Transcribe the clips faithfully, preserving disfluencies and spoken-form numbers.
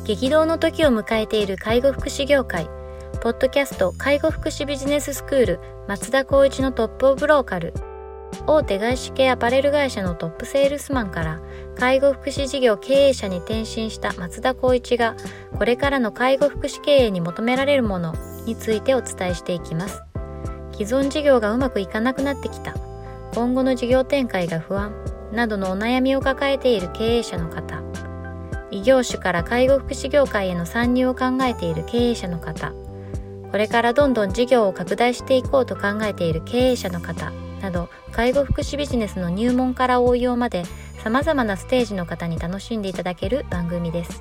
激動の時を迎えている介護福祉業界。ポッドキャスト介護福祉ビジネススクール松田光一のトップオブローカル。大手外資系アパレル会社のトップセールスマンから介護福祉事業経営者に転身した松田光一が、これからの介護福祉経営に求められるものについてお伝えしていきます。既存事業がうまくいかなくなってきた、今後の事業展開が不安などのお悩みを抱えている経営者の方、異業種から介護福祉業界への参入を考えている経営者の方、これからどんどん事業を拡大していこうと考えている経営者の方など、介護福祉ビジネスの入門から応用までさまざまなステージの方に楽しんでいただける番組です。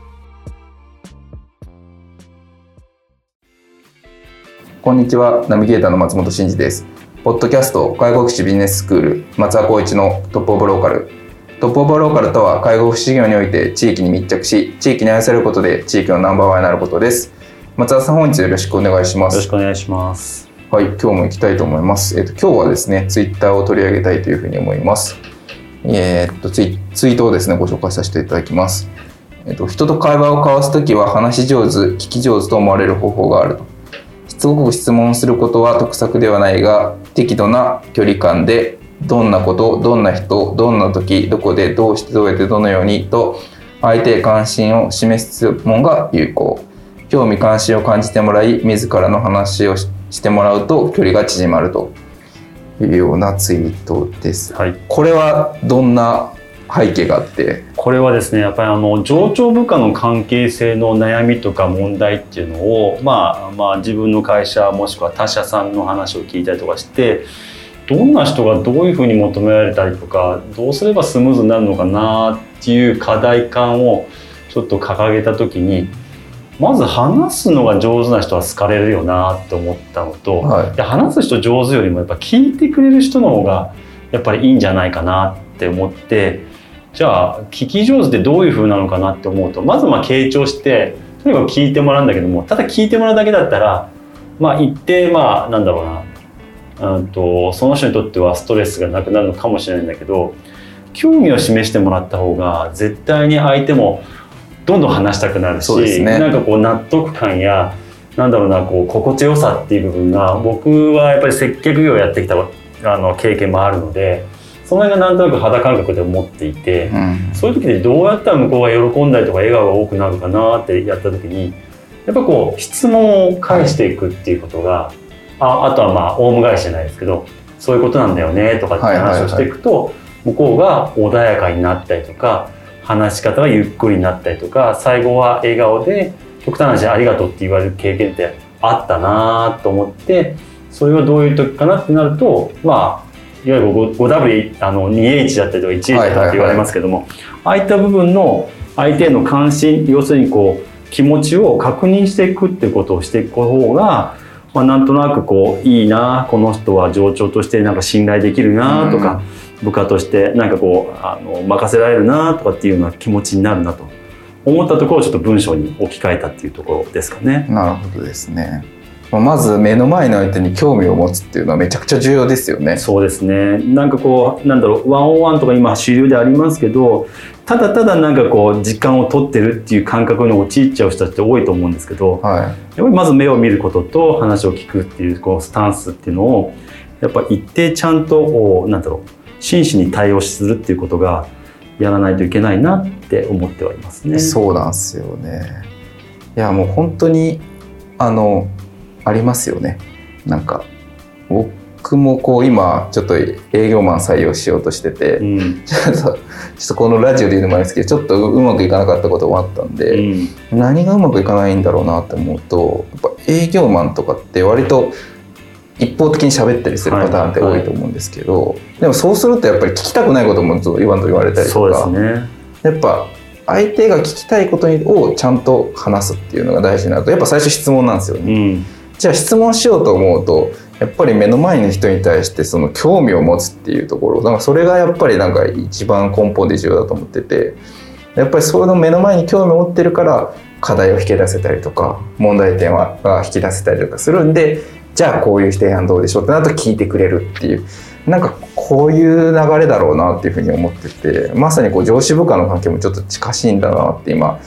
こんにちは、ナビゲーターの松本真嗣です。ポッドキャスト介護福祉ビジネススクール松田光一のトップオブローカル。トップオブローカルとは、介護福祉事業において地域に密着し、地域に愛されることで地域のナンバーワンになることです。松田さん、本日よろしくお願いします。 よろしくお願いします。 はい、今日も行きたいと思います。えっと、今日はですね、ツイッターを取り上げたいというふうに思います。えー、っとツイ、ツイートをですね、ご紹介させていただきます。えっと、人と会話を交わすときは、話し上手、聞き上手と思われる方法があると。しつこく質問することは得策ではないが、適度な距離感で、どんなこと、どんな人、どんな時、どこで、どうして、どうやって、どのようにと、相手へ関心を示す質問が有効。興味関心を感じてもらい、自らの話をしてもらうと距離が縮まるというようなツイートです。 はい、 これはどんな背景があって？ これはですね、やっぱりあの上長部下の関係性の悩みとか問題っていうのを、まあ、まあ自分の会社もしくは他社さんの話を聞いたりとかして、どんな人がどういうふうに求められたりとか、どうすればスムーズになるのかなっていう課題感をちょっと掲げた時に、まず話すのが上手な人は好かれるよなって思ったのと、はい、で話す人上手よりもやっぱ聞いてくれる人の方がやっぱりいいんじゃないかなって思って、じゃあ聞き上手ってどういう風なのかなって思うと、まずまあ傾聴してとにかく聞いてもらうんだけども、ただ聞いてもらうだけだったら、まあ一定まあなんだろうな、うんとその人にとってはストレスがなくなるのかもしれないんだけど、興味を示してもらった方が絶対に相手もどんどん話したくなるし、そうですね、なんかこう納得感やなんだろうな、こう心地よさっていう部分が、僕はやっぱり接客業をやってきたあの経験もあるので、その辺がなんとなく肌感覚で思っていて、うん、そういう時でどうやったら向こうが喜んだりとか笑顔が多くなるかなってやった時に、やっぱこう質問を返していくっていうことが、あ, あとはまあオウム返しじゃないですけど、そういうことなんだよねとかって話をしていくと、はいはいはい、向こうが穏やかになったりとか、話し方がゆっくりになったりとか、最後は笑顔で極端な話ありがとうって言われる経験ってあったなと思って、それはどういう時かなってなると、まあいわゆる ファイブダブリュー あの ツーエイチ だったりとか ワンエイチ だったりって言われますけども、はいはいはい、ああいった部分の相手への関心、要するにこう気持ちを確認していくってことをしていく方が、まあ、なんとなくこういいな、この人は上長としてなんか信頼できるなとか、うん、部下としてなんかこうあの任せられるなとかっていうような気持ちになるなと思ったところをちょっと文章に置き換えたっていうところですかね。 なるほどですね。まず目の前の相手に興味を持つっていうのはめちゃくちゃ重要ですよね。 そうですね。なんかこうなんだろう、ワンオンワンとか今主流でありますけど、ただただなんかこう時間を取ってるっていう感覚に陥っちゃう人たちって多いと思うんですけど、はい、やっぱりまず目を見ることと話を聞くっていうこうスタンスっていうのをやっぱ一定ちゃんとなんだろう、真摯に対応するっていうことがやらないといけないなって思ってはいますね。 そうなんですよね。いやもう本当にあのありますよね。なんか僕もこう今ちょっと営業マン採用しようとしてて、うん、ちょっとちょっとこのラジオで言うのもあれですけど、ちょっとうまくいかなかったこともあったんで、うん、何がうまくいかないんだろうなって思うと、やっぱ営業マンとかって割と一方的に喋ったりするパターンって多いと思うんですけど、はいはいはい、でもそうするとやっぱり聞きたくないことも言わんと言われたりとか、 そうですね、 やっぱ相手が聞きたいことをちゃんと話すっていうのが大事になると、やっぱ最初質問なんですよね、うん、じゃあ質問しようと思うとやっぱり目の前の人に対してその興味を持つっていうところ、なんかそれがやっぱりなんか一番根本で重要だと思ってて、やっぱりその目の前に興味を持ってるから課題を引き出せたりとか問題点が引き出せたりとかするんで、じゃあこういう提案どうでしょうってなると聞いてくれるっていう、なんかこういう流れだろうなっていうふうに思ってて、まさにこう上司部下の関係もちょっと近しいんだなって今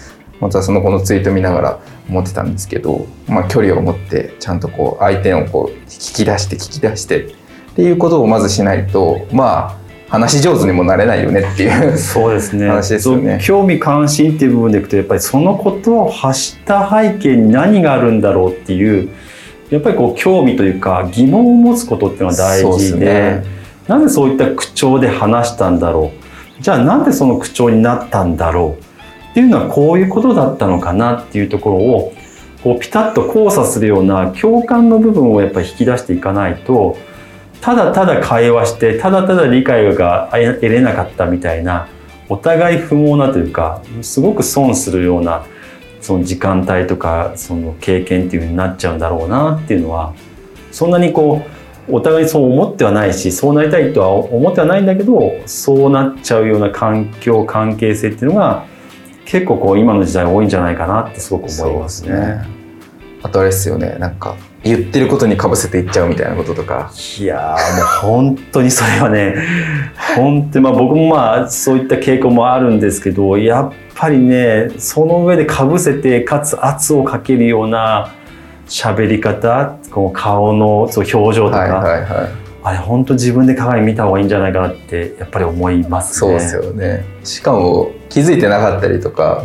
本当はその子のツイート見ながら思ってたんですけど、まあ、距離を持ってちゃんとこう相手をこう聞き出して聞き出してっていうことをまずしないと、まあ話し上手にもなれないよねっていうそうですね話ですよね。 興味関心っていう部分でいくと、やっぱりそのことを発した背景に何があるんだろうっていう、やっぱりこう興味というか疑問を持つことっていうのは大事 で, で、ね、なぜそういった口調で話したんだろう、じゃあなんでその口調になったんだろうっていうのはこういうことだったのかなっていうところをこうピタッと交差するような共感の部分をやっぱり引き出していかないと、ただただ会話してただただ理解が得れなかったみたいな、お互い不毛なというかすごく損するようなその時間帯とかその経験っていう風になっちゃうんだろうなっていうのは、そんなにこうお互いそう思ってはないし、そうなりたいとは思ってはないんだけど、そうなっちゃうような環境関係性っていうのが結構こう今の時代多いんじゃないかなってすごく思いますね。 そうですね。あとあれですよね、なんか言ってることにかぶせていっちゃうみたいなこととか。 いやーもう本当にそれはね本当にまあ僕もまあそういった傾向もあるんですけど、やっぱりねその上でかぶせてかつ圧をかけるような喋り方、こう顔のそう表情とか、はいはいはい、あれ本当自分で鏡見た方がいいんじゃないかなってやっぱり思いますね。 そうですよね。しかも気づいてなかったりとか、うん、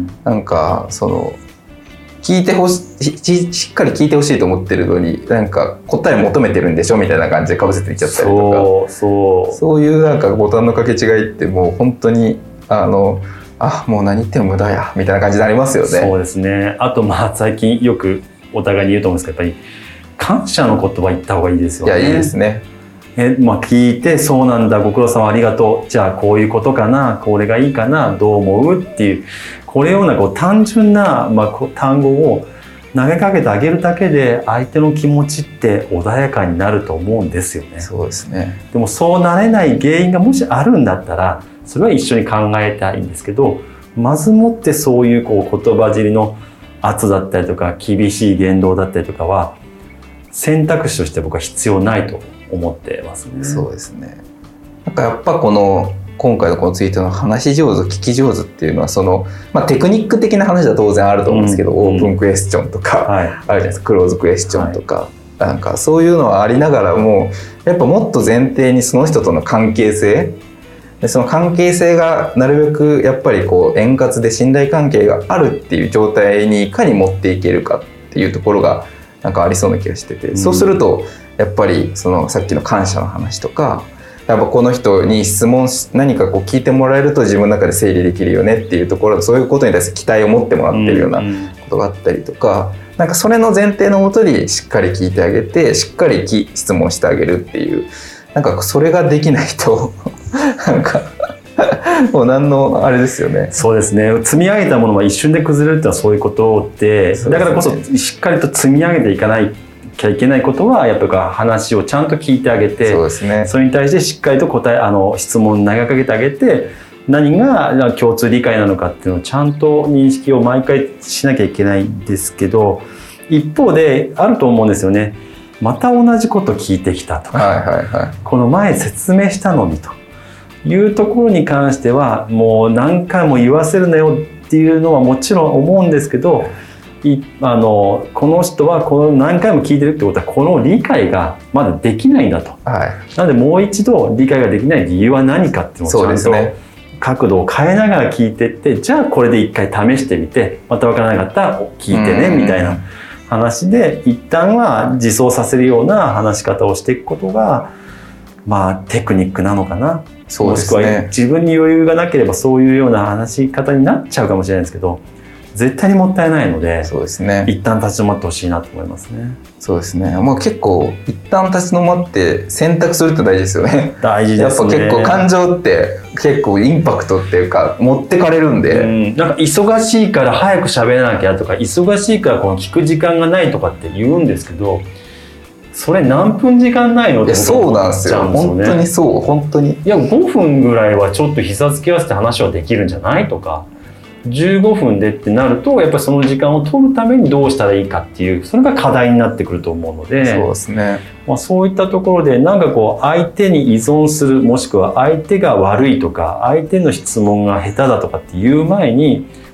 なんかその聞いてほしししっかり聞いてほしいと思ってるのに、なんか答え求めてるんでしょみたいな感じでかぶせていっちゃったりとか、 そうそうそういうなんかボタンの掛け違いってもう本当にあのあもう何言っても無駄やみたいな感じになりますよね。 そうですね。あとまあ最近よくお互いに言うと思うんですけど、やっぱり感謝の言葉言った方がいいですよね。 いやいいですね。 えまあ、聞いてそうなんだご苦労様ありがとう、じゃあこういうことかな、これがいいかな、どう思うっていう、これようなこう単純な、まあ、単語を投げかけてあげるだけで相手の気持ちって穏やかになると思うんですよね。 そうですね。 でもそうなれない原因がもしあるんだったらそれは一緒に考えたいんですけど、まずもってそういうこう言葉尻の圧だったりとか厳しい言動だったりとかは選択肢として僕は必要ないと思ってますね。 そうですね。なんかやっぱこの今回のこのツイートの話し上手聞き上手っていうのはその、まあ、テクニック的な話は当然あると思うんですけど、うん、オープンクエスチョンとか、はい、あるじゃないですか、クローズクエスチョンとか、はい、なんかそういうのはありながらもやっぱもっと前提にその人との関係性で、その関係性がなるべくやっぱりこう円滑で信頼関係があるっていう状態にいかに持っていけるかっていうところがなんかありそうな気がしてて、うん、そうするとやっぱりそのさっきの感謝の話とか、やっぱこの人に質問何かこう聞いてもらえると自分の中で整理できるよねっていうところ、そういうことに対して期待を持ってもらってるようなことがあったりとか、うん、なんかそれの前提のもとにしっかり聞いてあげてしっかり質問してあげるっていう、なんかそれができないとなんかもう何のあれですよね。 そうですね。積み上げたものは一瞬で崩れるってのはそういうことで、だからこそしっかりと積み上げていかないきゃいけないことはやっぱり話をちゃんと聞いてあげて、 そうですね、 それに対してしっかりと答えあの質問を投げかけてあげて、何が共通理解なのかっていうのをちゃんと認識を毎回しなきゃいけないんですけど、一方であると思うんですよね。また同じこと聞いてきたとか、はいはいはい、この前説明したのにというところに関してはもう何回も言わせるなよっていうのはもちろん思うんですけど、いあのこの人はこの何回も聞いてるってことはこの理解がまだできないんだと、はい、なのでもう一度理解ができない理由は何かっていうのをちゃんと角度を変えながら聞いていって、じゃあこれで一回試してみて、また分からなかったら聞いてねみたいな話で一旦は自走させるような話し方をしていくことがまあテクニックなのかな。そうですね、もしくは自分に余裕がなければそういうような話し方になっちゃうかもしれないですけど、絶対にもったいないので、そうですね、一旦立ち止まってほしいなと思いますね。 そうですね。もう結構一旦立ち止まって選択するって大事ですよね。 大事ですね。 やっぱ結構感情って結構インパクトっていうか持ってかれるんで、うん、 なんか忙しいから早く喋らなきゃとか、忙しいからこの聞く時間がないとかって言うんですけど、それ何分時間ないのってそうなんですよ。本当にそう本当に。 いやごふんぐらいはちょっと膝つき合わせて話はできるんじゃないとか。じゅうごふんでってなるとやっぱりその時間を取るためにどうしたらいいかっていう、それが課題になってくると思うので、 そうですね、 まあ、そういったところでなんかこう相手に依存する、もしくは相手が悪いとか相手の質問が下手だとかっていう前に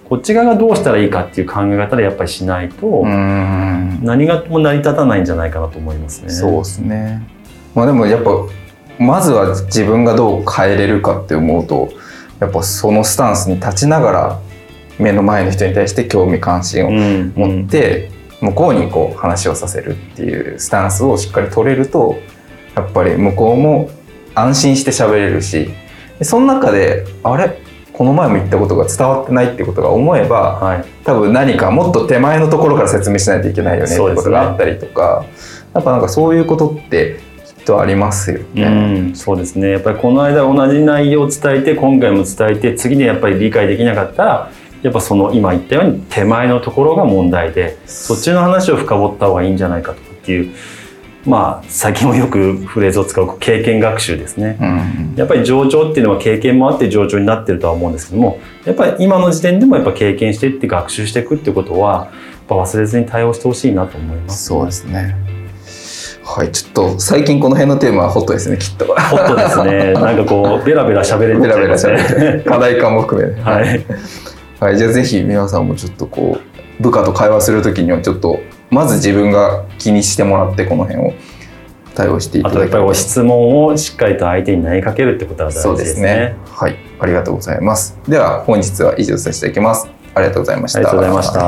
こっち側がどうしたらいいかっていう考え方でやっぱりしないと、 うーん何がも成り立たないんじゃないかなと思いますね。 そうですね。まあでもやっぱまずは自分がどう変えれるかって思うと、やっぱそのスタンスに立ちながら目の前の人に対して興味関心を持って向こうにこう話をさせるっていうスタンスをしっかり取れると、やっぱり向こうも安心して喋れるし、その中であれこの前も言ったことが伝わってないってことが思えば、はい、多分何かもっと手前のところから説明しないといけないよねってことがあったりとか、やっぱなんかそういうことってきっとありますよね。 うん、そうですね。やっぱりこの間同じ内容を伝えて今回も伝えて次にやっぱり理解できなかったら、やっぱその今言ったように手前のところが問題で、そっちの話を深掘った方がいいんじゃないかとかっていう、まあ最近もよくフレーズを使う経験学習ですね、うん、やっぱり上長っていうのは経験もあって上長になってるとは思うんですけども、やっぱり今の時点でもやっぱ経験していって学習していくっていうことはやっぱ忘れずに対応してほしいなと思います、 そうですね。はい、ちょっと最近この辺のテーマはホットですね、きっと。ホットですね。なんかこうベラベラ喋れてちゃいますね。ベラベラ喋れ課題感も含め、ね、 はい、 はい、じゃあぜひ皆さんもちょっとこう部下と会話するときにはちょっとまず自分が気にしてもらってこの辺を対応していただきたい。 あとやっぱり質問をしっかりと相手に投げかけるってことは大事ですね。そうですね。 はい、ありがとうございます。では本日は以上させていただきます。ありがとうございました。 ありがとうございました。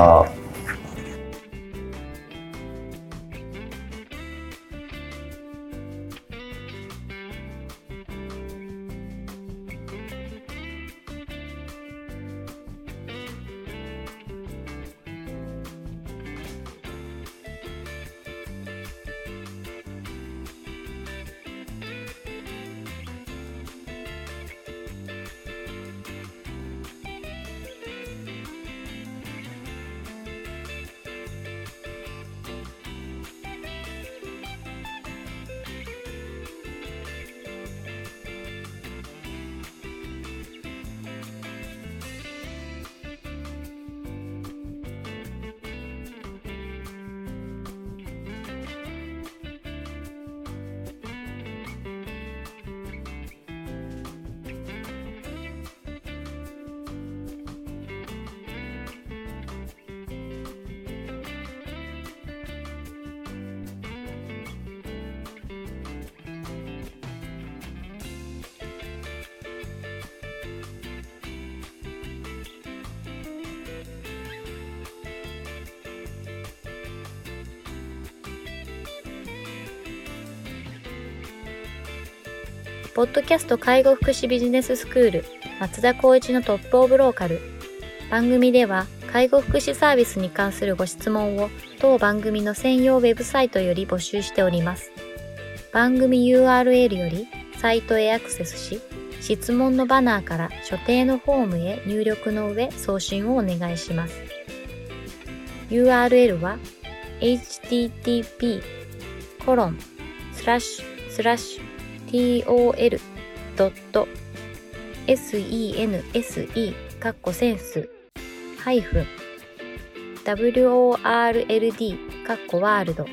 ポッドキャスト介護福祉ビジネススクール松田光一のトップオブローカル。番組では介護福祉サービスに関するご質問を当番組の専用ウェブサイトより募集しております。番組 ユーアールエル よりサイトへアクセスし、質問のバナーから所定のフォームへ入力の上送信をお願いします。ユーアールエル は エイチティーティーピーコロンスラッシュスラッシュ tol.sense かっこセンスハイフン world かっこワールド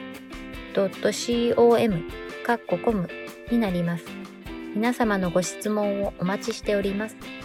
.com かっこコムになります。皆様のご質問をお待ちしております。